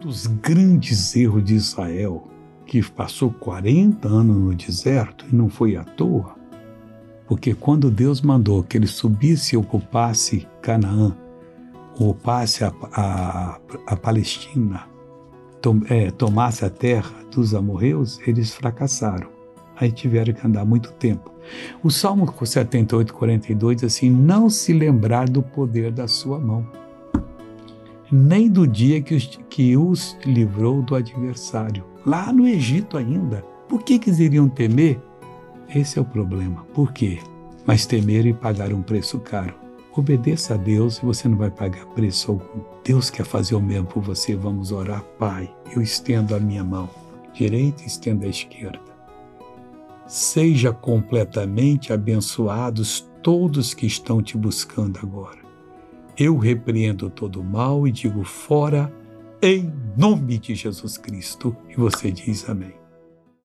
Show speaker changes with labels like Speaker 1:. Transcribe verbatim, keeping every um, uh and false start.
Speaker 1: dos grandes erros de Israel, que passou quarenta anos no deserto e não foi à toa, porque quando Deus mandou que ele subisse e ocupasse Canaã, ocupasse a, a, a Palestina, tom, é, tomasse a terra dos amorreus, eles fracassaram. Aí tiveram que andar muito tempo. O Salmo setenta e oito, quarenta e dois diz assim: não se lembrar do poder da sua mão, nem do dia que os, que os livrou do adversário. Lá no Egito ainda. Por que que iriam temer? Esse é o problema. Por quê? Mas temeram e pagaram um preço caro. Obedeça a Deus e você não vai pagar preço algum. Deus quer fazer o mesmo por você. Vamos orar. Pai, eu estendo a minha mão direita e estendo a esquerda. Seja completamente abençoados todos que estão te buscando agora. Eu repreendo todo o mal e digo fora, em nome de Jesus Cristo. E você diz amém.